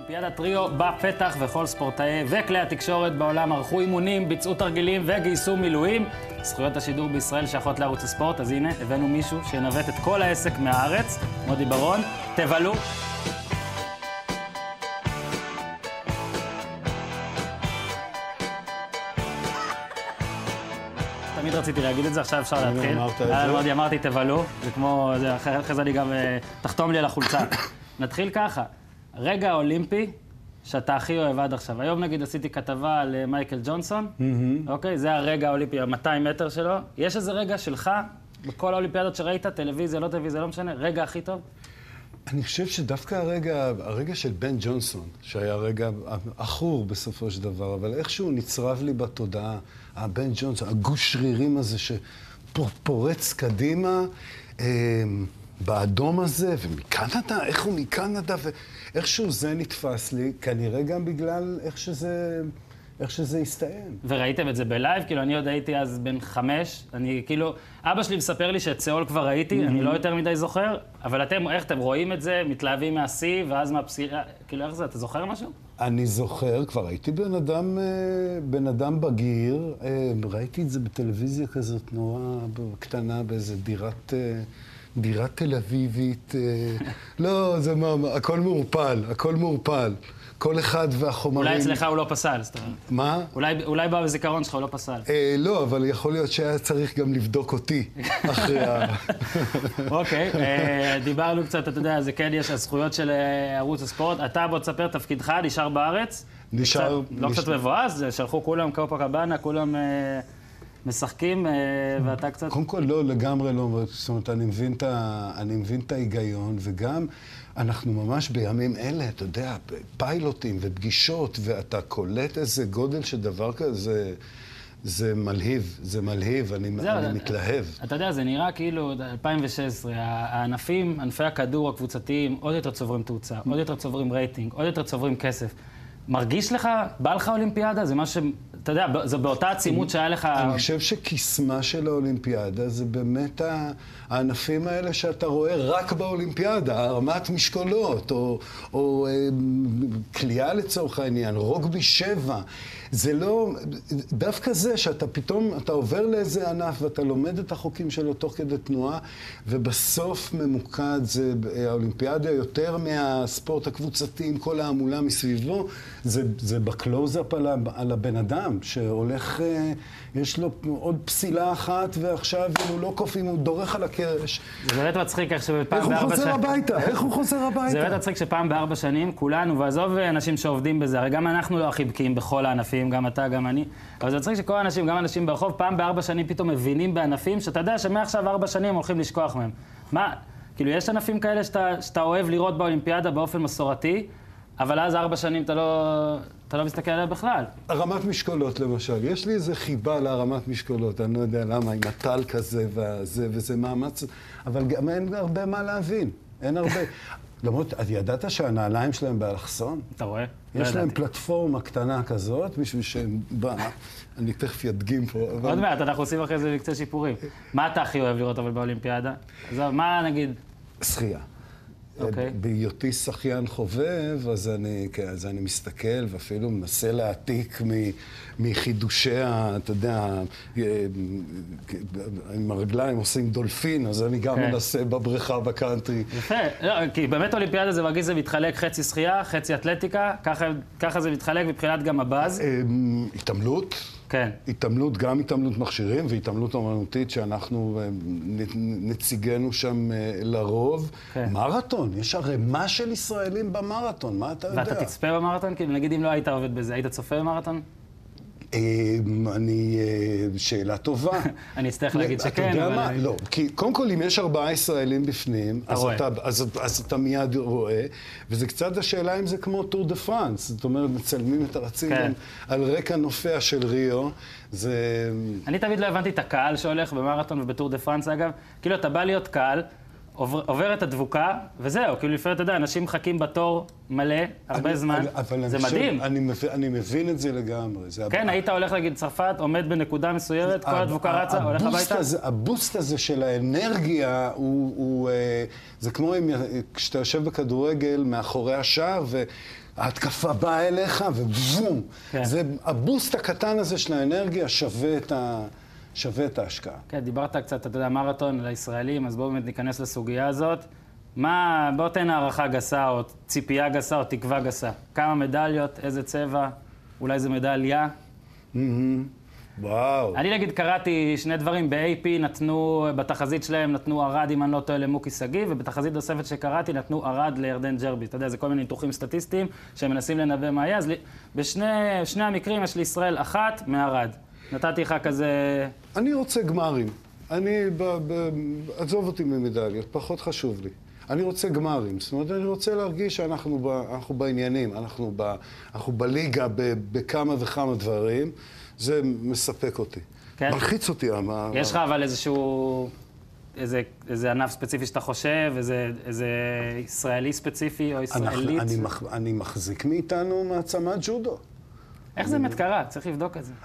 אולימפיאדת ריו בפתח, וכל ספורטאי וכלי התקשורת בעולם ערכו אימונים, ביצעו תרגילים וגייסו מילואים. זכויות השידור בישראל שייכות לערוץ הספורט, אז הנה, הבאנו מישהו שינווט את כל העסק מהארץ, מודי ברון. תבלו. תמיד רציתי להגיד את זה, עכשיו אפשר להתחיל. מודי, אמרתי תבלו, זה כמו, אחרי זה אני גם, תחתום לי על החולצה. נתחיל ככה, רגע האולימפי שאתה הכי אוהב עד עכשיו. היום נגיד עשיתי כתבה על מייקל ג'ונסון, אוקיי? זה הרגע האולימפי, ה-200 מטר שלו. יש איזה רגע שלך, בכל האולימפיאדות שראית, טלוויזיה, לא טלוויזיה, לא משנה, רגע הכי טוב? אני חושב שדווקא הרגע של בן ג'ונסון, שהיה רגע אחור בסופו של דבר, אבל איכשהו נצרב לי בתודעה, הבן ג'ונסון, הגוש שרירים הזה שפורץ קדימה, באדום הזה, ומקנדה, איך הוא מקנדה, ואיכשהו זה נתפס לי, כנראה גם בגלל איך שזה הסתיים. וראיתם את זה בלייב? כאילו, אני עוד הייתי אז בן 5, אני כאילו, אבא שלי מספר לי שאת סיאול כבר ראיתי, אני לא יותר מדי זוכר, אבל אתם, איך אתם רואים את זה, מתלהבים מהשיא, ואז מהפסירה, כאילו, איך זה, אתה זוכר משהו? אני זוכר, כבר הייתי בן אדם בגיר, ראיתי את זה בטלוויזיה כזאת נורא קטנה, באיזה דירה תל אביבית, לא, זה הכל מעורפל, הכל מעורפל. כל אחד והחומרים... אולי אצלך הוא לא פסל, זאת אומרת. מה? אולי בזיכרון שלך הוא לא פסל. לא, אבל יכול להיות שהיה צריך גם לבדוק אותי אחרי אוקיי, דיברנו קצת, אתה יודע, זה כן יש הזכויות של ערוץ הספורט. אתה בוא תספר תפקידך, נשאר בארץ? נשאר... לא קצת מבואס, שלחו כולם קופקבאנה, כולם משחקים, ואתה קצת... קודם כל לא, לגמרי לא. זאת אומרת, אני מבין את ההיגיון, וגם... אנחנו ממש בימים אלה, אתה יודע, פיילוטים ופגישות, ואתה קולט איזה גודל של דבר כזה, זה מלהיב, אני מתלהב. אתה יודע, זה נראה כאילו, 2016, הענפים, ענפי הכדור הקבוצתיים, עוד יותר צוברים תאוצה, עוד יותר צוברים רייטינג, עוד יותר צוברים כסף. מרגיש לך, בא לך אולימפיאדה? זה מה ש... אתה יודע, זה באותה עצימות שהיה לך... אני חושב שקיסמה של האולימפיאדה זה באמת הענפים האלה שאתה רואה רק באולימפיאדה, הרמת משקולות, או קליעה לצורך העניין, רוגבי 7. זה לא... דווקא זה שאתה פתאום, אתה עובר לאיזה ענף ואתה לומד את החוקים שלו תוך כדי תנועה, ובסוף ממוקד זה האולימפיאדה יותר מהספורט הקבוצתי עם כל העמולה מסביבו, זה בקלוז-אפ על הבן אדם, שהולך, יש לו עוד פסילה אחת, ועכשיו הוא לא קופים, הוא דורך על הקרש. זה באמת מצחיק איך שפעם איך הוא חוזר הביתה? איך הוא חוזר הביתה? זה באמת מצחיק שפעם ב4 שנים, כולנו, ועזוב אנשים שעובדים בזה, הרי גם אנחנו לא הכי בקיאים בכל הענפים, גם אתה, גם אני, אבל זה מצחיק שכל האנשים, גם אנשים ברחוב, פעם ב4 שנים פתאום מבינים בענפים, שאתה יודע שמעכשיו 4 שנים הולכים לשכוח מהם. מה, כאילו יש ענפים כאלה שאתה אוהב לראות באולימפיאדה באופן מסורתי, אבל אז 4 שנים אתה לא מסתכל עליה בכלל. הרמת משקולות למשל, יש לי איזה חיבה להרמת משקולות, אני לא יודע למה, עם הטל כזה וזה מאמץ, אבל גם אין הרבה מה להבין, אין הרבה. למרות, את ידעת שהנעליים שלהם באלכסון? אתה רואה? יש להם פלטפורמה קטנה כזאת, בשביל שהם... אני תכף ידגים פה, אבל... עוד מעט, אנחנו עושים אחרי זה מקצה שיפורים. מה אתה הכי אוהב לראות אבל באולימפיאדה? אז מה נגיד? שחייה. בהיותי שחיין חובב, אז אני מסתכל ואפילו מנסה להעתיק מחידושי, אתה יודע, עם הרגליים עושים דולפין, אז אני גם מנסה בבריכה בקאנטרי. יפה, כי באמת אולימפיאדה זה מרגיש זה מתחלק חצי שחייה, חצי אתלטיקה, ככה זה מתחלק מבחינת גם הבאז. התעמלות. כן. התעמלות, גם התעמלות מכשירים והתעמלות אומנותית שאנחנו נציגנו שם לרוב. כן. מרתון, יש ערימה של ישראלים במרתון, מה אתה יודע? ואתה תצפה במרתון? כאילו נגיד אם לא היית עובד בזה, היית צופה במרתון? שאלה טובה. אני אצטרך להגיד שכן. אתה יודע מה? לא, כי קודם כל אם יש 4 ישראלים בפנים, אז אתה מיד רואה, וזה קצת השאלה אם זה כמו טור דה פרנס, זאת אומרת, מצלמים את הרצים על רקע נופיה של ריו, זה... אני תמיד לא הבנתי את הקהל שהולך במרתון ובטור דה פרנס, אגב, כאילו אתה בא להיות קהל, עובר את הדבוקה, וזהו, כאילו לפעמים אתה יודע, אנשים מחכים בתור מלא, הרבה זמן, זה מדהים. אני מבין את זה לגמרי. כן, היית הולך להגיד צרפת, עומד בנקודה מסוימת, כל הדבוקה רצה, הולך הביתה? הבוסט הזה של האנרגיה, זה כמו כשאתה יושב בכדורגל מאחורי השער, וההתקפה באה אליך, ובום. הבוסט הקטן הזה של האנרגיה שווה את ההשקעה. כן, דיברת קצת, אתה יודע, מרתון לישראלים, אז בואו באמת ניכנס לסוגיה הזאת. בוא תן הערכה גסה, או ציפייה גסה, או תקווה גסה. כמה מדליות, איזה צבע, אולי זה מדליה? וואו. אני נגיד קראתי שני דברים, ב-AP נתנו, בתחזית שלהם נתנו ארד, אם אני לא טועה, למוקי סגיב, ובתחזית נוספת שקראתי נתנו ארד לירדן ג'רבי. אתה יודע, זה כל מיני ניתוחים סטטיסטיים שהם מנסים לנבא מה יהיה, אז בשני המקרים יש לישראל אחת מארד. נתתי לך כזה... אני רוצה גמרים. עזוב אותי ממדליות, פחות חשוב לי. אני רוצה גמרים. זאת אומרת, אני רוצה להרגיש שאנחנו בעניינים, אנחנו בליגה בכמה וכמה דברים. זה מספק אותי. כן. מלחיץ אותי. יש לך אבל איזה ענף ספציפי שאתה חושב, איזה ישראלי ספציפי או ישראלית? אני מחזיק מאיתנו מעצמת ג'ודו. איך זה באמת קרה? צריך לבדוק את זה.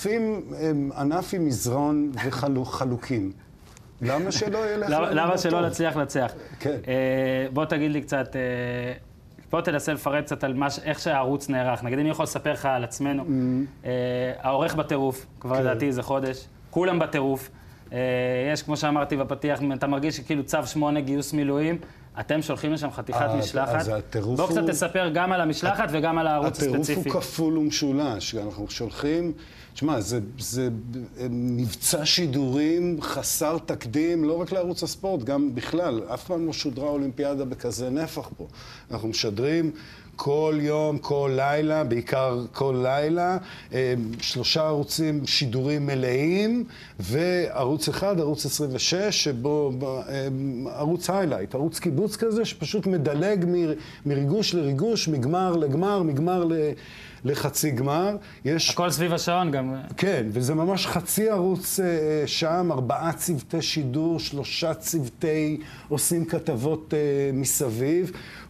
ענף עם מזרון וחלוקים. למה שלא ילך? למה שלא נצליח? כן. בוא תגיד לי קצת, בוא תנסה לפרט קצת על איך שהערוץ נערך. נגיד, אני יכול לספר לך על עצמנו. העורך בטירוף, כבר לדעתי זה חודש. כולם בטירוף. יש, כמו שאמרתי בפתיח, אתה מרגיש שכאילו צו 8 גיוס מילואים. אתם שולחים לשם חתיכת משלחת. בוא קצת תספר גם על המשלחת וגם על הערוץ הספציפי. הטירוף הוא כפול ומשולש. אנחנו שולחים, תשמע, זה מבצע שידורים חסר תקדים, לא רק לערוץ הספורט, גם בכלל. אף פעם לא שודרה אולימפיאדה בכזה נפח פה. אנחנו משדרים כל יום, כל לילה, בעיקר כל לילה, 3 ערוצים שידורים מלאים, וערוץ אחד, ערוץ 26, שבו ערוץ היילייט, ערוץ קיבוץ כזה, שפשוט מדלג מריגוש לריגוש, מגמר לגמר, מגמר לחצי גמר. הכל סביב השעון גם. כן, וזה ממש חצי ערוץ שם, 4 צוותי שידור, 3 צוותי עושים כתבות מסביב.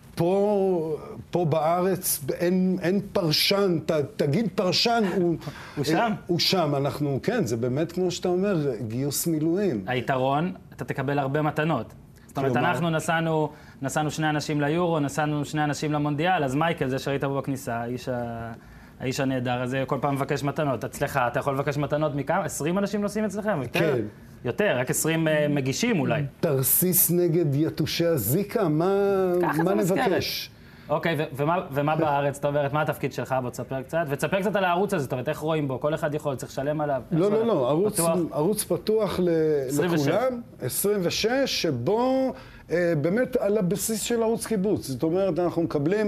פה בארץ אין פרשן, תגיד פרשן, הוא שם. הוא שם, אנחנו, כן, זה באמת כמו שאתה אומר, גיוס מילואים. היתרון, אתה תקבל הרבה מתנות. זאת אומרת, אנחנו נסענו 2 אנשים ליורו, נסענו 2 אנשים למונדיאל, אז מייקל, זה שראית בו בכניסה, האיש הנהדר הזה, כל פעם מבקש מתנות. אצלך, אתה יכול לבקש מתנות מכמה? 20 אנשים נוסעים אצלכם? כן. יותר, רק 20 מגישים אולי. תרסיס נגד יתושי הזיקה, מה נבקש? אוקיי, ומה בארץ, זאת אומרת, מה התפקיד שלך? בוא תספר קצת, ותספר קצת על הערוץ הזה, זאת אומרת, איך רואים בו? כל אחד יכול, צריך לשלם עליו. לא, ערוץ פתוח לכולם, 26, שבו באמת על הבסיס של ערוץ קיבוץ. זאת אומרת, אנחנו מקבלים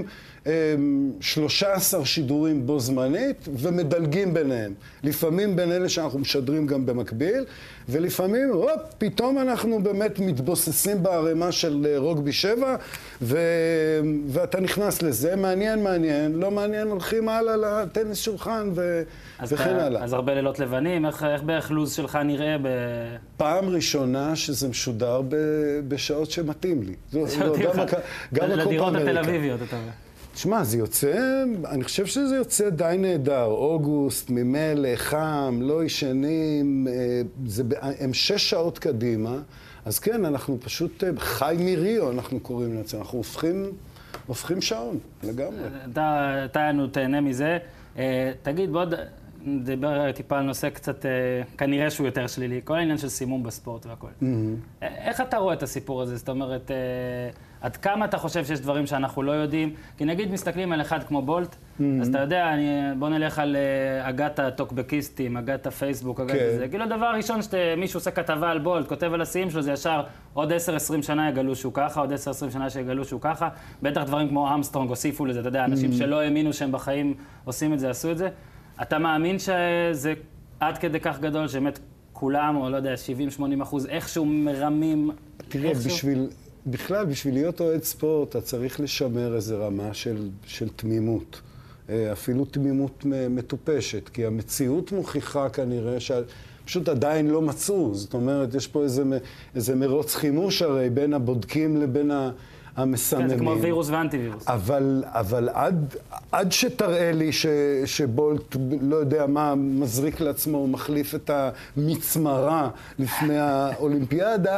13 שידורים בו זמנית, ומדלגים ביניהם. לפעמים בין אלה שאנחנו משדרים גם במקביל, ולפעמים, פתאום אנחנו באמת מתבוססים בערימה של רוגבי 7, ואתה נכנס לזה, מעניין, לא מעניין, הולכים הלאה לטניס שולחן וכן הלאה. אז הרבה לילות לבנים, איך בערך לוז שלך נראה פעם ראשונה שזה משודר בשעות שמתאים לי. גם לדירות התל אביביות, אתה אומר. תשמע, זה יוצא, אני חושב שזה יוצא די נהדר. אוגוסט, ממלא, חם, לא ישנים, הם 6 שעות קדימה. אז כן, אנחנו פשוט חי מריו, אנחנו קוראים לזה. אנחנו הופכים שעון, לגמרי. אתה תהנה מזה. תגיד, בוא נדבר טיפה על נושא קצת, כנראה שהוא יותר שלילי. כל העניין של סימום בספורט והכל. איך אתה רואה את הסיפור הזה? זאת אומרת, עד כמה אתה חושב שיש דברים שאנחנו לא יודעים? כי נגיד מסתכלים על אחד כמו בולט, אז אתה יודע, בוא נלך על הגת הטוקבקיסטים, הגת הפייסבוק, הגת הזה. כאילו הדבר הראשון שמישהו עושה כתבה על בולט, כותב על השיאים שלו, זה ישר עוד 10-20 שנה יגלו שהוא ככה, עוד 10-20 שנה שיגלו שהוא ככה. בטח דברים כמו אמסטרונג הוסיפו לזה, אתה יודע, אנשים שלא האמינו שהם בחיים עושים את זה, עשו את זה. אתה מאמין שזה עד כדי כך גדול, שבאמת כולם, או לא יודע, 70-80%, איכשהו מרמים? תראה, בכלל, בשביל להיות אוהד ספורט, אתה צריך לשמר איזו רמה של תמימות. אפילו תמימות מטופשת, כי המציאות מוכיחה כנראה פשוט עדיין לא מצאו. זאת אומרת, יש פה איזה מרוץ חימוש הרי בין הבודקים לבין המסממים. כן, זה כמו וירוס ואנטי-וירוס. אבל עד שתראה לי שבולט, לא יודע מה, מזריק לעצמו, הוא מחליף את המצמרה לפני האולימפיאדה,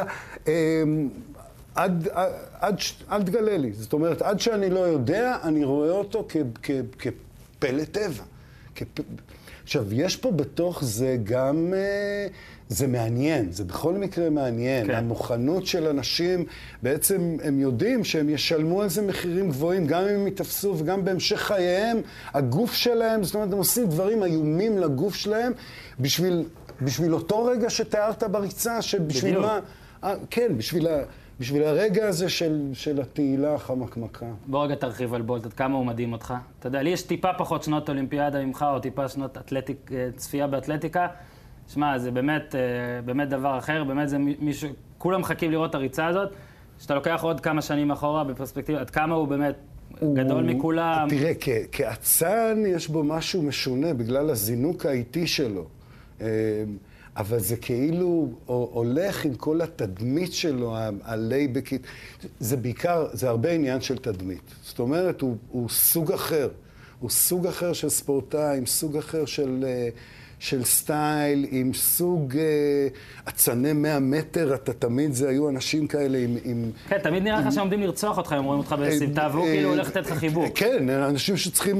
עד תגלה לי. זאת אומרת, עד שאני לא יודע, אני רואה אותו כפלא טבע. עכשיו, יש פה בתוך זה גם, זה מעניין, זה בכל מקרה מעניין. כן. המוכנות של אנשים, בעצם הם יודעים שהם ישלמו על זה מחירים גבוהים, גם אם הם יתפסו וגם בהמשך חייהם, הגוף שלהם, זאת אומרת, הם עושים דברים איומים לגוף שלהם, בשביל אותו רגע שתיארת בריצה, שבשביל מה... כן, בשביל הרגע הזה של התהילה החמקמקה. בוא רגע תרחיב על בולט, עד כמה הוא מדהים אותך. אתה יודע, לי יש טיפה פחות שנות אולימפיאדה ממך, או טיפה שנות צפייה באתלטיקה. שמע, זה באמת דבר אחר, באמת זה מישהו, כולם מחכים לראות את הריצה הזאת, שאתה לוקח עוד כמה שנים אחורה בפרספקטיבה, עד כמה הוא באמת גדול מכולם. תראה, כאצן יש בו משהו משונה בגלל הזינוק האיטי שלו. אבל זה כאילו הולך עם כל התדמית שלו, הלייבקית. זה בעיקר, זה הרבה עניין של תדמית. זאת אומרת, הוא סוג אחר. הוא סוג אחר של ספורטאי, עם סוג אחר של סטייל, עם סוג אצני 100 מטר, אתה תמיד, זה היו אנשים כאלה עם... כן, תמיד נראה לך שעומדים לרצוח אותך, הם רואים אותך בסמטה, והוא כאילו הולך לתת לך חיבוק. כן, אנשים שצריכים...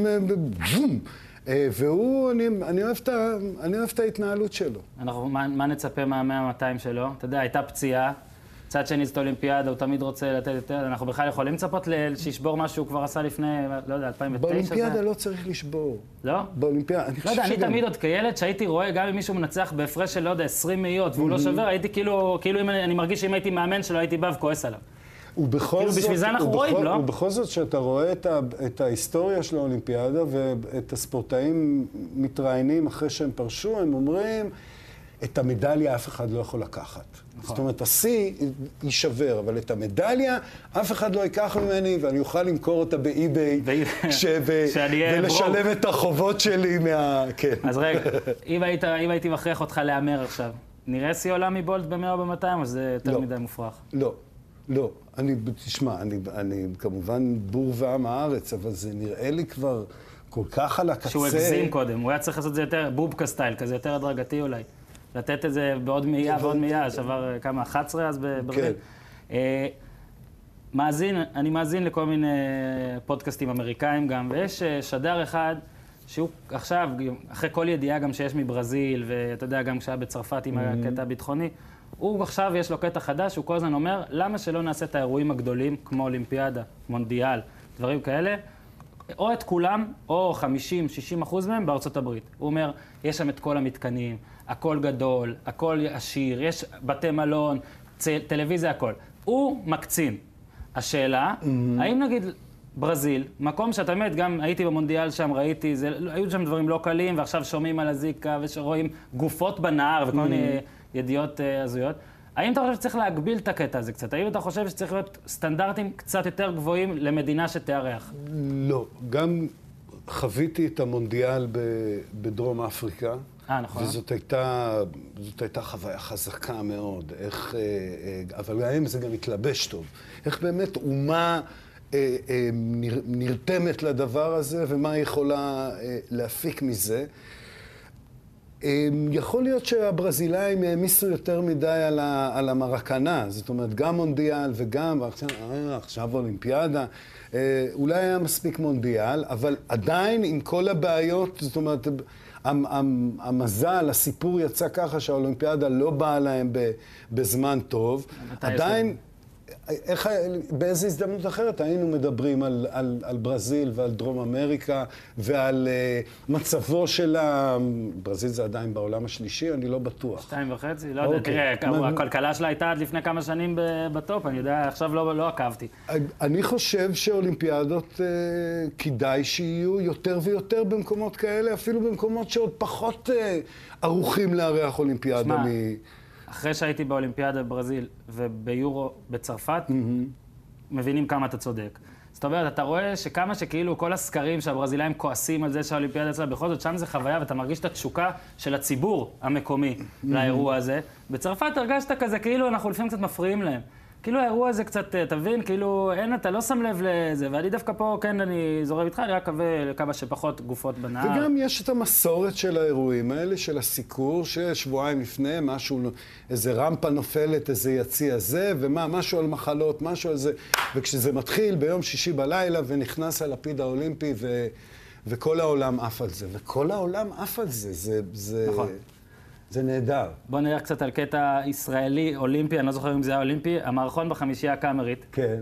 והוא, אני אוהב את ההתנהלות שלו. מה נצפה מה-100-200 שלו? אתה יודע, הייתה פציעה, צד שני זאת אולימפיאדה, הוא תמיד רוצה לתת יותר, אנחנו בכלל יכולים לצפות שישבור משהו שהוא כבר עשה לפני, לא יודע, 2009? באולימפיאדה לא צריך לשבור. לא? באולימפיאדה, אני חושב שגם... לא יודע, אני תמיד עוד כילד שהייתי רואה, גם אם מישהו מנצח בהפרש של, לא יודע, 20 מאיות, והוא לא שובר, הייתי כאילו אני מרגיש שאם הייתי מאמן שלו, הייתי בא וכועס עליו. כאילו בשביל זה אנחנו רואים, לא? ובכל זאת שאתה רואה את ההיסטוריה של האולימפיאדה ואת הספורטאים מתראיינים אחרי שהם פרשו, הם אומרים, את המדליה אף אחד לא יכול לקחת. זאת אומרת, השיא יישבר, אבל את המדליה אף אחד לא ייקח ממני, ואני אוכל למכור אותה באי-ביי, ולשלם את החובות שלי כן. אז רגע, אם הייתי מכריח אותך להאמר עכשיו, נראה שיא עולם מבולט ב-100 או ב-200, או זה יותר מדי מופרך? לא. תשמע, אני כמובן בור ועם הארץ, אבל זה נראה לי כבר כל כך על הקצה. שהוא הגזים קודם, הוא היה צריך לעשות את זה יותר בובקה סטייל, כזה יותר הדרגתי אולי. לתת את זה בעוד מאייה ועוד מאייה, שבר כמה, 11 אז בברזיל. אני מאזין לכל מיני פודקאסטים אמריקאים גם, ויש שדר אחד שהוא עכשיו, אחרי כל ידיעה גם שיש מברזיל, ואתה יודע, גם כשהיה בצרפת עם הקטע הביטחוני, הוא עכשיו יש לו קטע חדש, הוא כל הזמן אומר, למה שלא נעשה את האירועים הגדולים, כמו אולימפיאדה, מונדיאל, דברים כאלה, או את כולם, או 50-60% מהם בארצות הברית. הוא אומר, יש שם את כל המתקנים, הכל גדול, הכל עשיר, יש בתי מלון, טלוויזיה, הכל. הוא מקצין. השאלה, האם נגיד ברזיל, מקום שאתה באמת, גם הייתי במונדיאל שם, ראיתי, היו שם דברים לא קלים, ועכשיו שומעים על הזיקה, ורואים גופות בנהר, וכל מיני ידיעות הזויות. האם אתה חושב שצריך להגביל את הקטע הזה קצת? האם אתה חושב שצריך להיות סטנדרטים קצת יותר גבוהים למדינה שתארח? לא. גם חוויתי את המונדיאל בדרום אפריקה. נכון. וזאת הייתה חוויה חזקה מאוד. אבל גם זה גם התלבש טוב. איך באמת אומה נרתמת לדבר הזה, ומה היא יכולה להפיק מזה. יכול להיות שהברזילאים העמיסו יותר מדי על המרקנה, זאת אומרת, גם מונדיאל וגם, עכשיו אולימפיאדה, אולי היה מספיק מונדיאל, אבל עדיין עם כל הבעיות, זאת אומרת, המזל, הסיפור יצא ככה שהאולימפיאדה לא באה להם בזמן טוב, עדיין... באיזו הזדמנות אחרת היינו מדברים על ברזיל ועל דרום אמריקה ועל מצבו של ברזיל זה עדיין בעולם השלישי, אני לא בטוח. 2.5? לא יודע, תראה, הכלכלה שלה הייתה עד לפני כמה שנים בטופ, אני יודע, עכשיו לא עקבתי. אני חושב שאולימפיאדות כדאי שיהיו יותר ויותר במקומות כאלה, אפילו במקומות שעוד פחות ערוכים לארח אולימפיאדה אחרי שהייתי באולימפיאדה בברזיל וביורו בצרפת, מבינים כמה אתה צודק. זאת אומרת, אתה רואה שכמה שכאילו כל הסקרים שהברזילאים כועסים על זה שהאולימפיאדה אצלה, בכל זאת שם זה חוויה, ואתה מרגיש את התשוקה של הציבור המקומי לאירוע הזה. בצרפת הרגשת כזה, כאילו אנחנו לפעמים קצת מפריעים להם. כאילו האירוע הזה קצת, תבין, כאילו אתה לא שם לב לזה, ואני דווקא פה, כן, אני זורם איתך, אני רק קווה לכמה שפחות גופות בנהר. וגם יש את המסורת של האירועים האלה, של הסיקור, ששבועיים לפני, משהו, איזה רמפה נופלת, איזה יציע זה, משהו על מחלות, משהו על זה. וכשזה מתחיל ביום שישי בלילה, ונכנס הלפיד האולימפי, וכל העולם עף על זה. וכל העולם עף על זה. נכון. זה נהדר. בוא נראה קצת על קטע ישראלי, אולימפי, אני לא זוכר אם זה היה אולימפי, המערכון בחמישייה הקאמרית. כן.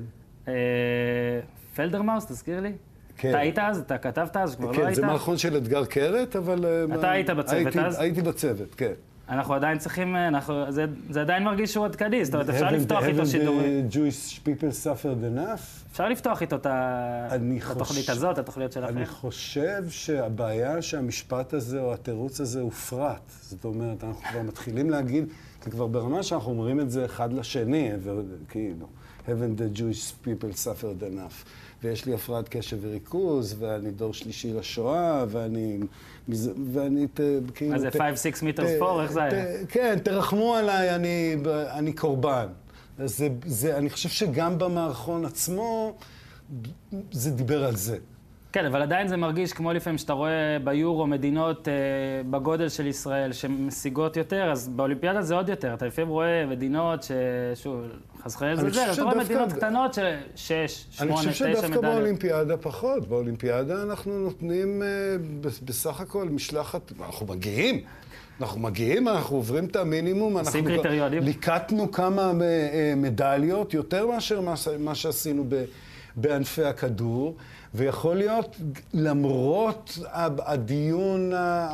פלדרמאוס, תזכיר לי? כן. אתה היית אז? אתה כתבת אז? כבר לא היית? כן, זה מערכון של אתגר קרת, אבל... אתה היית בצוות אז? הייתי בצוות, כן. אנחנו עדיין צריכים, זה עדיין מרגיש שהוא עדכני, זאת אומרת, אפשר לפתוח איתו שידורים. Haven't the Jewish people suffered enough? אפשר לפתוח איתו את התוכנית הזאת, התוכניות שלכם. אני חושב שהבעיה שהמשפט הזה או התירוץ הזה הופרט. זאת אומרת, אנחנו כבר מתחילים להגיד, כי כבר ברמה שאנחנו אומרים את זה אחד לשני, כאילו, haven't the Jewish people suffered enough. ויש לי הפרעת קשב וריכוז, ואני דור שלישי לשואה, ואני כאילו... מה זה 5-6 מטר ספור? איך זה היה? כן, תרחמו עליי, אני קורבן. אני חושב שגם במערכון עצמו, זה דיבר על זה. כן, אבל עדיין זה מרגיש כמו לפעמים שאתה רואה ביורו מדינות בגודל של ישראל שמשיגות יותר, אז באולימפיאדה זה עוד יותר. אתה לפעמים רואה מדינות ששוב, חסכי זה זה, אתה רואה מדינות קטנות של 6, 8, 9 מדליות. אני חושב שדווקא באולימפיאדה פחות. באולימפיאדה אנחנו נותנים בסך הכל משלחת, אנחנו מגיעים, אנחנו עוברים את המינימום, אנחנו ליקטנו כמה מדליות, יותר מאשר מה שעשינו בענפי הכדור, ויכול להיות, למרות הדיון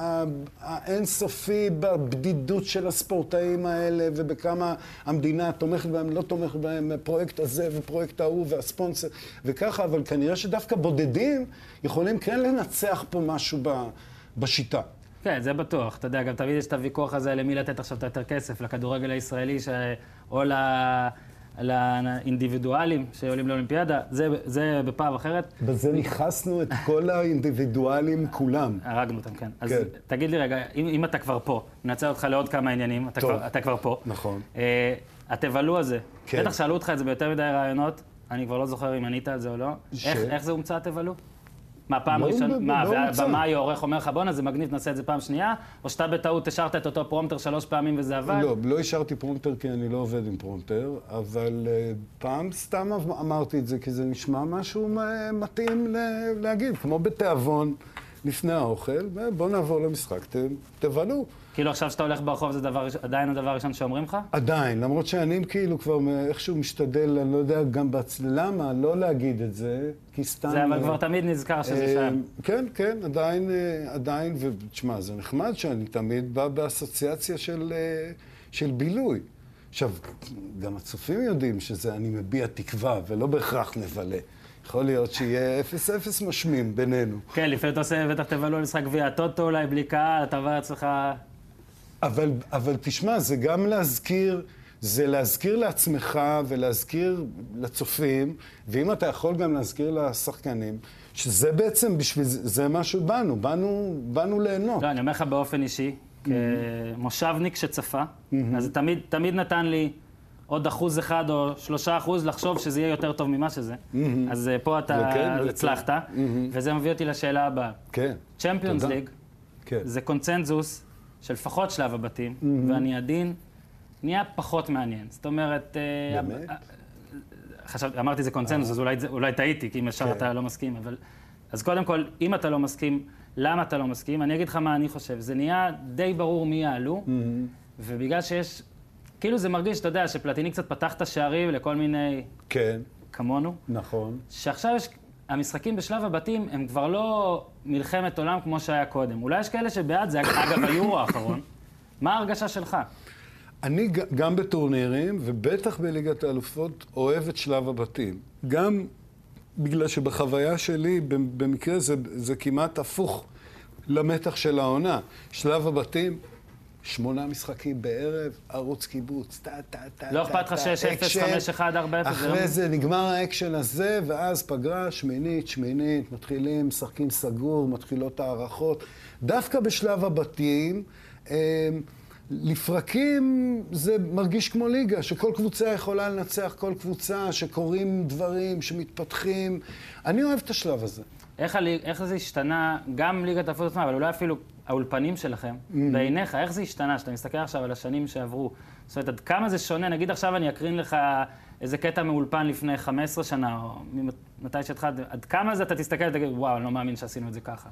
האינסופי בבדידות של הספורטאים האלה, ובכמה המדינה תומכת בהם, לא תומכת בהם, פרויקט הזה ופרויקט ההוא והספונסר וככה, אבל כנראה שדווקא בודדים יכולים כן לנצח פה משהו בשיטה. כן, זה בטוח. אתה יודע, גם תמיד יש את הוויכוח הזה למי לתת עכשיו את יותר כסף, לכדורגל הישראלי או לאינדיבידואלים שעולים לאולימפיאדה, זה בפעם אחרת. בזה ניחסנו את כל האינדיבידואלים כולם. הרגנו אותם, כן. אז תגיד לי רגע, אם אתה כבר פה, ננצל אותך לעוד כמה עניינים, אתה כבר פה. נכון. התבלו הזה, בטח שאלו אותך את זה ביותר מדי רעיונות, אני כבר לא זוכר אם ענית על זה או לא. איך זה הומצא התבלו? מה, פעם ראשון, והבמאי העורך אומר לך, בוא'נה, זה מגניב, נעשה את זה פעם שנייה, או שאתה בטעות השארת את אותו פרומטר 3 פעמים וזה עבד? לא השארתי פרומטר כי אני לא עובד עם פרומטר, אבל פעם סתם אמרתי את זה, כי זה נשמע משהו מתאים להגיד, כמו בתיאבון לפני האוכל, ובוא נעבור למשחק, תבלו. כאילו עכשיו שאתה הולך ברחוב זה עדיין הדבר הראשון שאומרים לך? עדיין, למרות שאני כאילו כבר איכשהו משתדל, אני לא יודע גם למה, לא להגיד את זה, כי סתם... זה אבל כבר תמיד נזכר שזה שם. כן, עדיין, ותשמע, זה נחמד שאני תמיד בא באסוציאציה של בילוי. עכשיו, גם הצופים יודעים שזה אני מביע תקווה, ולא בהכרח נבלה. יכול להיות שיהיה 0-0 משמים בינינו. כן, לפעמים אתה עושה, בטח תבלו על משחק גביע הטוטו, אולי בלי קהל, אתה עובר אצלך... אבל תשמע, זה גם להזכיר לעצמך ולהזכיר לצופים, ואם אתה יכול גם להזכיר לשחקנים, שזה בעצם בשביל זה משהו באנו ליהנות. לא, אני אומר לך באופן אישי, כמושבניק שצפה, אז זה תמיד נתן לי עוד 1% או 3% לחשוב שזה יהיה יותר טוב ממה שזה. אז פה אתה הצלחת, וזה מביא אותי לשאלה הבאה. כן. צ'מפיונס ליג, זה קונצנזוס של לפחות שלב הבתים, ואני עדין, נהיה פחות מעניין. זאת אומרת, אמרתי זה קונצנזוס, אז אולי טעיתי, כי אם ישר אתה לא מסכים, אבל... אז קודם כל, אם אתה לא מסכים, למה אתה לא מסכים? אני אגיד לך מה אני חושב. זה נהיה די ברור מי יעלו, ובגלל שיש... כאילו זה מרגיש, אתה יודע, שפלטיני קצת פתח את השערים לכל מיני... כן. כמונו. נכון. שעכשיו יש... המשחקים בשלב הבתים הם כבר לא מלחמת עולם כמו שהיה קודם. אולי יש כאלה שבעד זה, אגב, היורו האחרון. מה ההרגשה שלך? אני גם בטורנירים, ובטח בליגת האלופות, אוהב את שלב הבתים. גם בגלל שבחוויה שלי, במקרה זה כמעט הפוך למתח של העונה. שלב הבתים 8 משחקים בערב, ערוץ קיבוץ, לא אכפת לך 6-0, 5-1, 4-0. אחרי זה נגמר האקשן הזה, ואז פגרה, שמינית, מתחילים, משחקים סגור, מתחילות הערכות. דווקא בשלב הבתים, לפרקים זה מרגיש כמו ליגה, שכל קבוצה יכולה לנצח כל קבוצה, שקורים דברים, שמתפתחים. אני אוהב את השלב הזה. איך זה השתנה, גם ליגת האליפות עצמה, אבל אולי אפילו האולפנים שלכם, בעיניך, איך זה השתנה, שאתה מסתכל עכשיו על השנים שעברו? זאת אומרת, עד כמה זה שונה? נגיד עכשיו אני אקרין לך איזה קטע מאולפן לפני 15 שנה, או מתי שהתחלת, עד כמה זה אתה תסתכל ותגיד, וואו, אני לא מאמין שעשינו את זה ככה.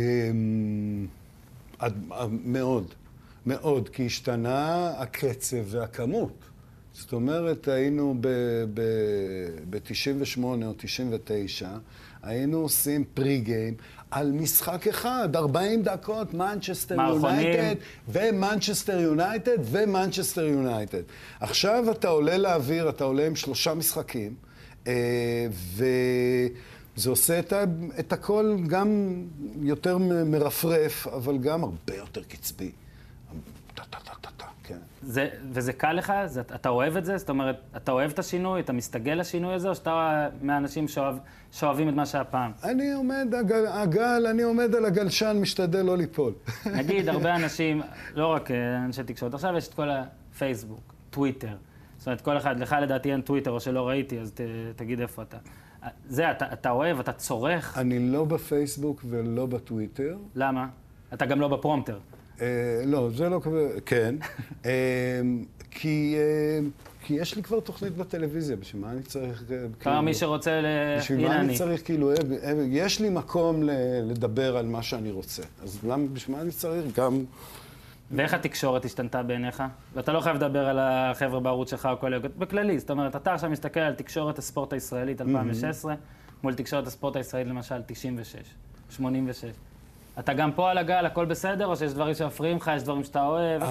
מאוד, מאוד, כי השתנה הקצב והכמות. זאת אומרת, היינו ב-98 או 99, היינו עושים פרי-גיים על משחק אחד, 40 דקות, מנצ'סטר יונייטד ומנצ'סטר יונייטד ומנצ'סטר יונייטד. עכשיו אתה עולה לאוויר, אתה עולה עם 3 משחקים, וזה עושה את הכל גם יותר מרפרף, אבל גם הרבה יותר קצבי. כן. וזה קל לך? אתה אוהב את זה? זאת אומרת, אתה אוהב את השינוי? אתה מסתגל לשינוי הזה? או שאתה מהאנשים שאוהבים את מה שהיה פעם? אני עומד על הגלשן, משתדל לא ליפול. נגיד, הרבה אנשים, לא רק אנשי תקשורת, עכשיו יש את כל הפייסבוק, טוויטר. זאת אומרת, כל אחד, לך לדעתי אין טוויטר או שלא ראיתי, אז תגיד איפה אתה. זה, אתה אוהב, אתה צורך? אני לא בפייסבוק ולא בטוויטר. למה? אתה גם לא בפרומטר. לא, זה לא כזה, כן. כי יש לי כבר תוכנית בטלוויזיה, בשביל מה אני צריך... כלומר, מי שרוצה בשביל מה אני צריך, כאילו, יש לי מקום לדבר על מה שאני רוצה. אז בשביל מה אני צריך גם... ואיך התקשורת השתנתה בעיניך? ואתה לא חייב לדבר על החבר'ה בערוץ שלך או כל... בכללי, זאת אומרת, אתה עכשיו מסתכל על תקשורת הספורט הישראלית 2016, מול תקשורת הספורט הישראלית למשל 96, 86. אתה גם פה על הגל, הכל בסדר, או שיש דברים שמפריעים לך, יש דברים שאתה אוהב?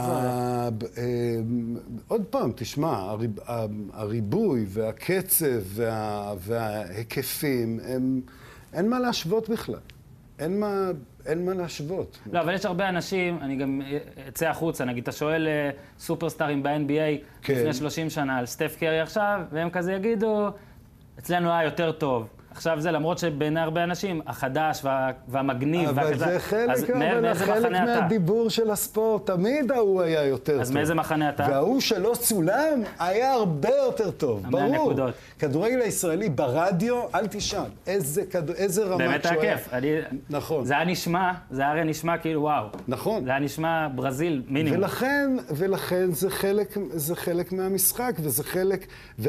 עוד פעם, תשמע, הריבוי והקצב וההיקפים, אין מה להשוות בכלל. אין מה להשוות. לא, אבל יש הרבה אנשים, אני גם אצא החוצה, נגיד, אתה שואל סופרסטארים ב-NBA לפני 30 שנה על סטף קרי עכשיו, והם כזה יגידו, אצלנו היה יותר טוב. עכשיו זה, למרות שבין הרבה אנשים, החדש והמגניב אבל זה חלק מהדיבור של הספורט, תמיד ההוא היה יותר טוב. אז מאיזה מחנה אתה? וההוא שלא צולם היה הרבה יותר טוב, ברור. כדורגל הישראלי ברדיו, אל תשאל, איזה רמת באמת היה כיף. נכון. זה היה נשמע, זה הרי נשמע כאילו וואו. נכון. זה היה נשמע ברזיל מינימום. ולכן זה חלק מהמשחק, וזה חלק,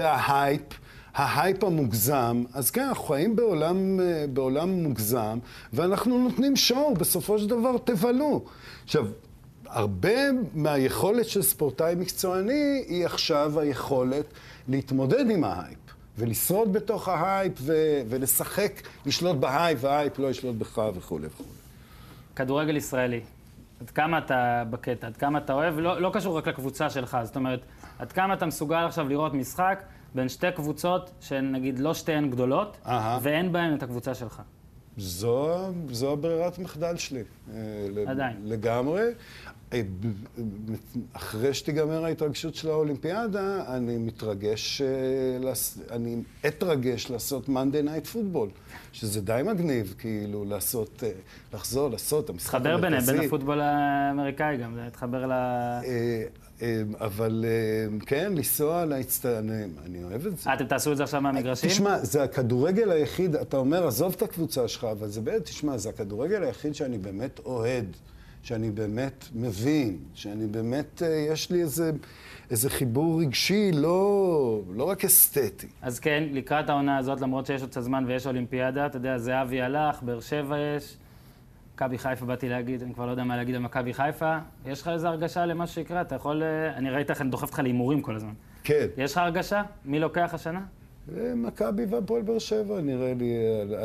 ההייפ המוגזם, אז כן, אנחנו חיים בעולם מוגזם, ואנחנו נותנים שואו, בסופו של דבר תבלו. עכשיו, הרבה מהיכולת של ספורטאי מקצועני, היא עכשיו היכולת להתמודד עם ההייפ, ולשרוד בתוך ההייפ, ולשחק, לשלוט בהייפ, וההייפ לא ישלוט בך וכו' וכו'. כדורגל ישראלי, עד כמה אתה בקטע, עד כמה אתה אוהב, לא קשור רק לקבוצה שלך, זאת אומרת, עד כמה אתה מסוגל עכשיו לראות משחק, בין שתי קבוצות שהן נגיד לא שתיהן גדולות, ואין בהן את הקבוצה שלך. זו ברירת מחדל שלי. עדיין. לגמרי. אחרי שתיגמר ההתרגשות של האולימפיאדה, אני אתרגש לעשות Monday Night Football, שזה די מגניב, כאילו, לחזור, לעשות המשחק המרכזי. תחבר ביניהם, בין הפוטבול האמריקאי גם, זה תחבר אבל כן, לנסוע להצטיינים, אני אוהב את זה. אתם תעשו את זה עכשיו מהמגרשים? תשמע, זה הכדורגל היחיד, אתה אומר, עזוב את הקבוצה שלך, אבל זה באמת, תשמע, זה הכדורגל היחיד שאני באמת אוהד, שאני באמת מבין, שאני באמת, יש לי איזה חיבור רגשי, לא רק אסתטי. אז כן, לקראת העונה הזאת, למרות שיש עוד קצת זמן ויש אולימפיאדה, אתה יודע, זהבי הלך, באר שבע יש, מכבי חיפה באתי להגיד, אני כבר לא יודע מה להגיד על מכבי חיפה. יש לך איזו הרגשה למה שיקרה? אתה יכול... אני ראיתי איך אני דוחף אותך להימורים כל הזמן. כן. יש לך הרגשה? מי לוקח השנה? מכבי והפועל באר שבע, נראה לי,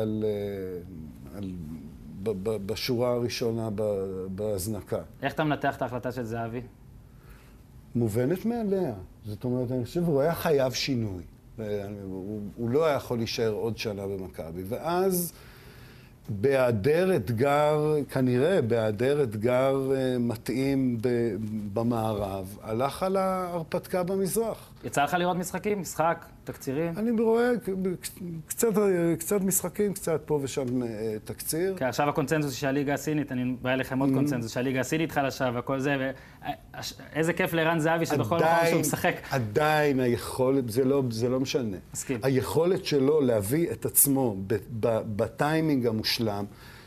בשורה הראשונה בהזנקה. איך אתה מנתח את ההחלטה של זהבי? מובנת מעליה. זאת אומרת, אני חושב, הוא היה חייב שינוי. הוא לא היה יכול להישאר עוד שנה במכבי. ואז בהיעדר אתגר, כנראה בהיעדר אתגר מתאים במערב, הלך על ההרפתקה במזרח. יצא לך לראות משחקים? משחק? תקצירים? אני רואה קצת משחקים, קצת פה ושם תקציר. כי עכשיו הקונצנזוס שהליגה הסינית, אני בא אליכם עוד קונצנזוס, שהליגה הסינית חלשה וכל זה, איזה כיף לערן זהבי שבכל מקום שהוא משחק. עדיין היכולת, זה לא משנה. מסכים. היכולת שלו להביא את עצמו בטיימינג המושלם,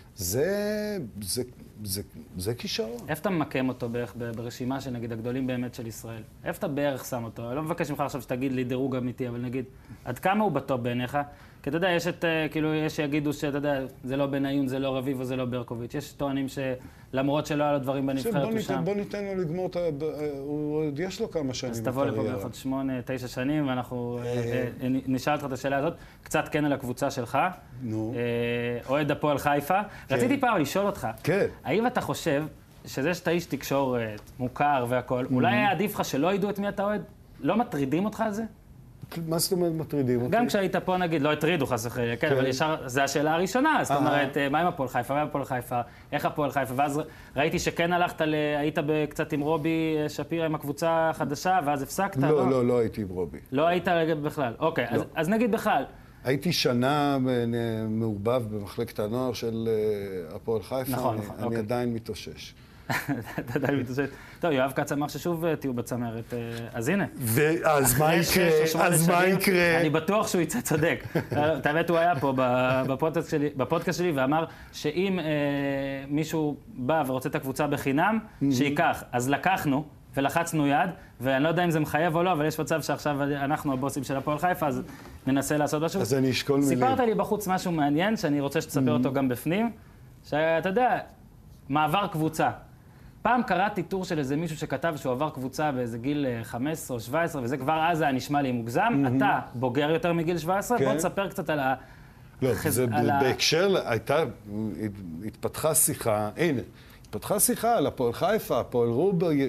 זה כישרון. איפה אתה ממקם אותו בערך ברשימה של נגיד הגדולים באמת של ישראל? איפה אתה בערך שם אותו? אני לא מבקש ממך עכשיו שתגיד לי דירוג אמיתי, אבל נגיד, עד כמה הוא בטופ בעיניך? כי אתה יודע, יש שיגידו שאתה יודע, זה לא בניון, זה לא רביבו, זה לא ברקוביץ'. יש טוענים שלמרות שלא היה לו דברים בנבחרת הוא שם. בוא ניתן לו לגמור הוא עוד יש לו כמה שנים. אז תבוא לפה בערך עוד 8-9 שנים, ואנחנו נשאל אותך את השאלה הזאת, קצת כן על הקבוצה שלך. נו. אוהד הפועל חיפה. רציתי פעם לשאול אותך, כן. האם אתה חושב שזה שאתה איש תקשורת, מוכר והכל, אולי היה עדיף לך שלא ידעו את מי אתה אוהד? לא מטרידים אותך על זה? מה זאת אומרת מטרידים אותי? גם כשהיית פה, נגיד, לא הטרידו חס וחלילה, כן, אבל ישר, זו השאלה הראשונה, זאת אומרת, מה עם הפועל חיפה, מה עם הפועל חיפה, איך הפועל חיפה, ואז ראיתי שכן היית קצת עם רובי שפירא עם הקבוצה החדשה, ואז הפסקת, לא? לא הייתי עם רובי. לא היית בכלל, אוקיי, אז נגיד בכלל. הייתי שנה מעובב במחלקת הנוער של הפועל חיפה, נכון, אני עדיין מתאושש. אתה עדיין מתאושש. טוב, יואב כץ אמר ששוב תהיו בצמרת, אז הנה. אז מה יקרה? אני בטוח שהוא יצא צודק. האמת, הוא היה פה בפודקאסט שלי ואמר שאם מישהו בא ורוצה את הקבוצה בחינם, שיקח. אז לקחנו ולחצנו יד, ואני לא יודע אם זה מחייב או לא, אבל יש מצב שעכשיו אנחנו הבוסים של הפועל חיפה, אז ננסה לעשות משהו. אז אני אשקול מילים. סיפרת לי בחוץ משהו מעניין, שאני רוצה שתספר אותו גם בפנים, שאתה יודע, מעבר קבוצה. פעם קראתי טור של איזה מישהו שכתב שהוא עבר קבוצה באיזה גיל 15 או 17, וזה כבר אז היה נשמע לי מוגזם. אתה בוגר יותר מגיל 17, בוא תספר קצת על ה... לא, זה בהקשר, התפתחה שיחה, הנה, התפתחה שיחה על הפועל חיפה, הפועל רובי,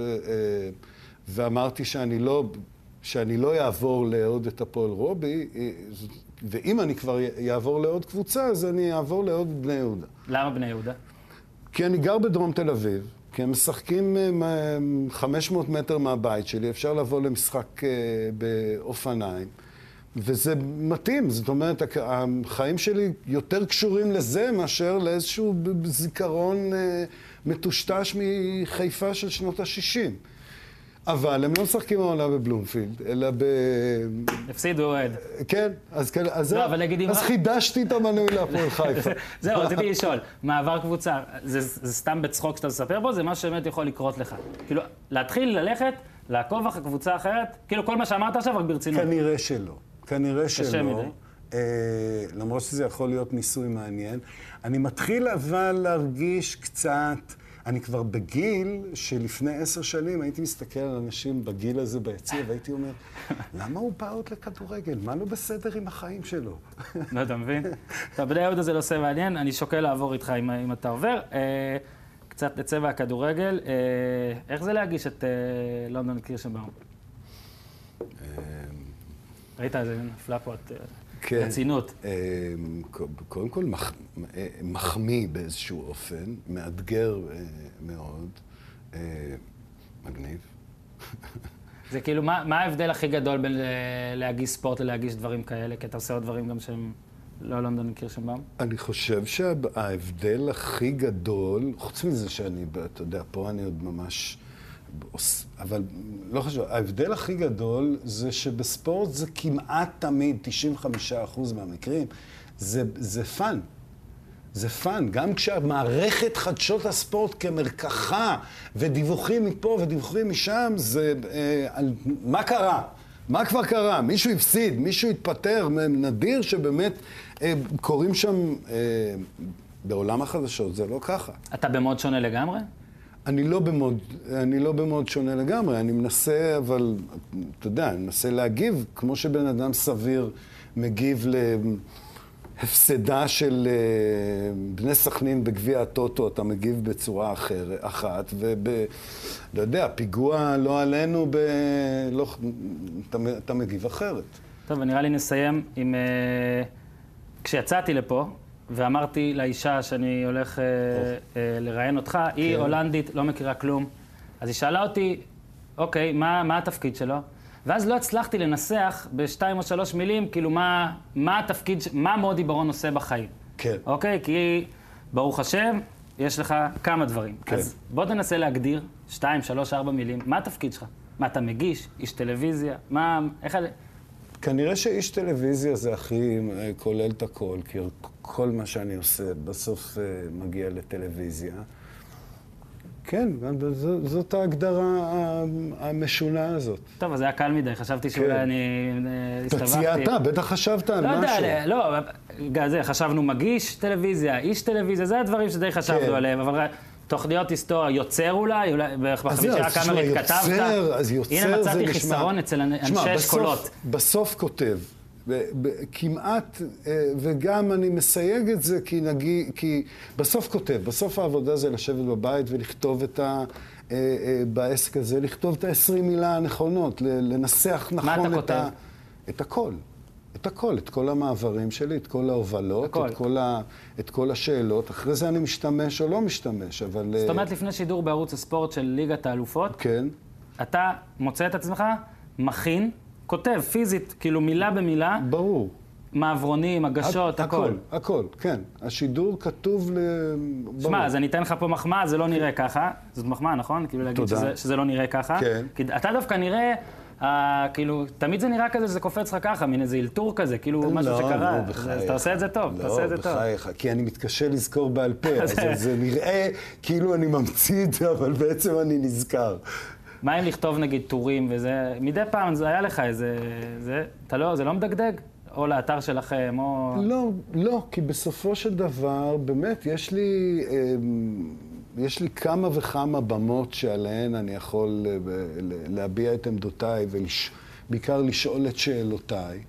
ואמרתי שאני לא יעבור לעוד את הפועל רובי, ואם אני כבר יעבור לעוד קבוצה, אז אני אעבור לעוד בני יהודה. למה בני יהודה? כי אני גר בדרום תל אביב, כי הם משחקים 500 מטר מהבית שלי, אפשר לבוא למשחק באופניים, וזה מתאים, זאת אומרת, החיים שלי יותר קשורים לזה מאשר לאיזשהו זיכרון מטושטש מחיפה של שנות ה-60. אבל הם לא משחקים העונה בבלומפילד, אלא הפסידו אוהד. כן, אז חידשתי את המנוי להפועל חיפה. זהו, רציתי לשאול, מעבר קבוצה, זה סתם בצחוק שאתה מספר בו, זה משהו שבאמת יכול לקרות לך. כאילו, להתחיל ללכת, לעקוב אחרי קבוצה אחרת, כאילו כל מה שאמרת עכשיו רק ברצינות. כנראה שלא. למרות שזה יכול להיות ניסוי מעניין. אני מתחיל אבל להרגיש קצת... אני כבר בגיל שלפני 10 שנים הייתי מסתכל על אנשים בגיל הזה ביציע, והייתי אומר, למה הוא בא עוד לכדורגל? מה לא בסדר עם החיים שלו? לא, אתה מבין? טוב, בני יהודה זה נושא מעניין, אני שוקל לעבור איתך אם אתה עובר. קצת לצבע הכדורגל, איך זה להגיש את לונדון קירשנבאום? ראית איזה נפלה פה את... רצינות. קודם כל מחמיא באיזשהו אופן, מאתגר מאוד, מגניב. זה כאילו, מה ההבדל הכי גדול בין להגיש ספורט ללהגיש דברים כאלה? כי אתה עושה עוד דברים גם שהם לא לונדון קירשנבאום? אני חושב שההבדל הכי גדול, חוץ מזה שאני, אתה יודע, פה אני עוד ממש... אבל לא חשוב, ההבדל הכי גדול זה שבספורט זה כמעט תמיד, 95% מהמקרים, זה פן. זה פן. גם כשהמערכת חדשות הספורט כמרקחה ודיווחים מפה ודיווחים משם, זה... מה קרה? מה כבר קרה? מישהו הפסיד, מישהו התפטר, נדיר שבאמת קוראים שם בעולם החדשות, זה לא ככה. אתה במוד שונה לגמרי? אני לא במוד שונה לגמרי, אני מנסה, אבל, אתה יודע, אני מנסה להגיב, כמו שבן אדם סביר מגיב להפסדה של בני סכנין בגביע הטוטו, אתה מגיב בצורה אחת, לא יודע, פיגוע לא עלינו, אתה מגיב אחרת. טוב, נראה לי נסיים עם... כשיצאתי לפה, ואמרתי לאישה שאני הולך לראיין אותך, היא הולנדית, לא מכירה כלום. אז היא שאלה אותי, אוקיי, מה התפקיד שלו? ואז לא הצלחתי לנסח בשתיים או שלוש מילים, כאילו מה התפקיד, מה מודי ברון עושה בחיים. כן. אוקיי? כי ברוך השם, יש לך כמה דברים. כן. אז בוא תנסה להגדיר 2, 3, 4 מילים. מה התפקיד שלך? מה אתה מגיש? איש טלוויזיה? איך... כנראה שאיש טלוויזיה זה הכי כולל את הכל, כי כל מה שאני עושה בסוף מגיע לטלוויזיה. כן, זאת ההגדרה המשונה הזאת. טוב, אז זה היה קל מדי, חשבתי שאולי אני הסתבכתי. תצייתה, בטח חשבת על משהו. לא, חשבנו מגיש טלוויזיה, איש טלוויזיה, זה הדברים שדי חשבנו עליהם, אבל תוכניות היסטוריה, יוצר אולי בחמישייה הקאמרית כתבת. אז יוצר הנה מצאתי חיסרון אצל אנשי אשכולות. בסוף כותב. כמעט, וגם אני מסייג את זה כי בסוף כותב, בסוף העבודה זה לשבת בבית ולכתוב בעסק הזה, לכתוב את ה-20 מילה הנכונות, לנסח נכון מה אתה כותב? את הכל. את הכל, את כל המעברים שלי, את כל ההובלות, את כל השאלות. אחרי זה אני משתמש או לא משתמש, אבל... זאת אומרת, לפני שידור בערוץ הספורט של ליגת האלופות, כן. אתה מוצא את עצמך, מכין, כותב פיזית, כאילו מילה במילה. ברור. מעברונים, הגשות, הכל. הכל, כן. השידור כתוב שמע, אז אני אתן לך פה מחמאה, זה לא נראה ככה. זאת מחמאה, נכון? כאילו להגיד שזה לא נראה ככה. כן. כי אתה דווקא נראה, כאילו, תמיד זה נראה כזה שזה קופץ לך ככה, מין איזה אלתור כזה, כאילו משהו שקרה. לא, בחייך. אתה עושה את זה טוב, אתה עושה את זה טוב. לא, בחייך, כי אני מתקשה לזכור בעל פה, אז זה נראה כאילו אני ממציא את זה, אבל בעצם אני נזכר. מה אם לכתוב נגיד טורים וזה, מדי פעם זה היה לך איזה, זה לא מדגדג? או לאתר שלכם, או... לא, כי בסופו של דבר, באמת, יש לי כמה וכמה במות שעליהן אני יכול להביע את עמדותיי, ובעיקר לשאול את שאלותיי.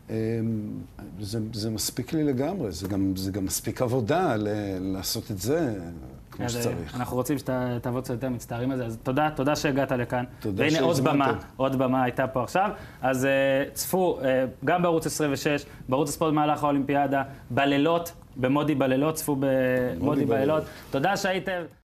זה מספיק לי לגמרי, זה גם מספיק עבודה לעשות את זה כמו שצריך. אנחנו רוצים שתעבוד קצת יותר, מצטערים על זה, אז תודה שהגעת לכאן. תודה והנה עוד במה הייתה פה עכשיו. אז צפו גם בערוץ 26, בערוץ הספורט במהלך האולימפיאדה, בלילות, במודי בלילות, צפו במודי בלילות. תודה שהייתם.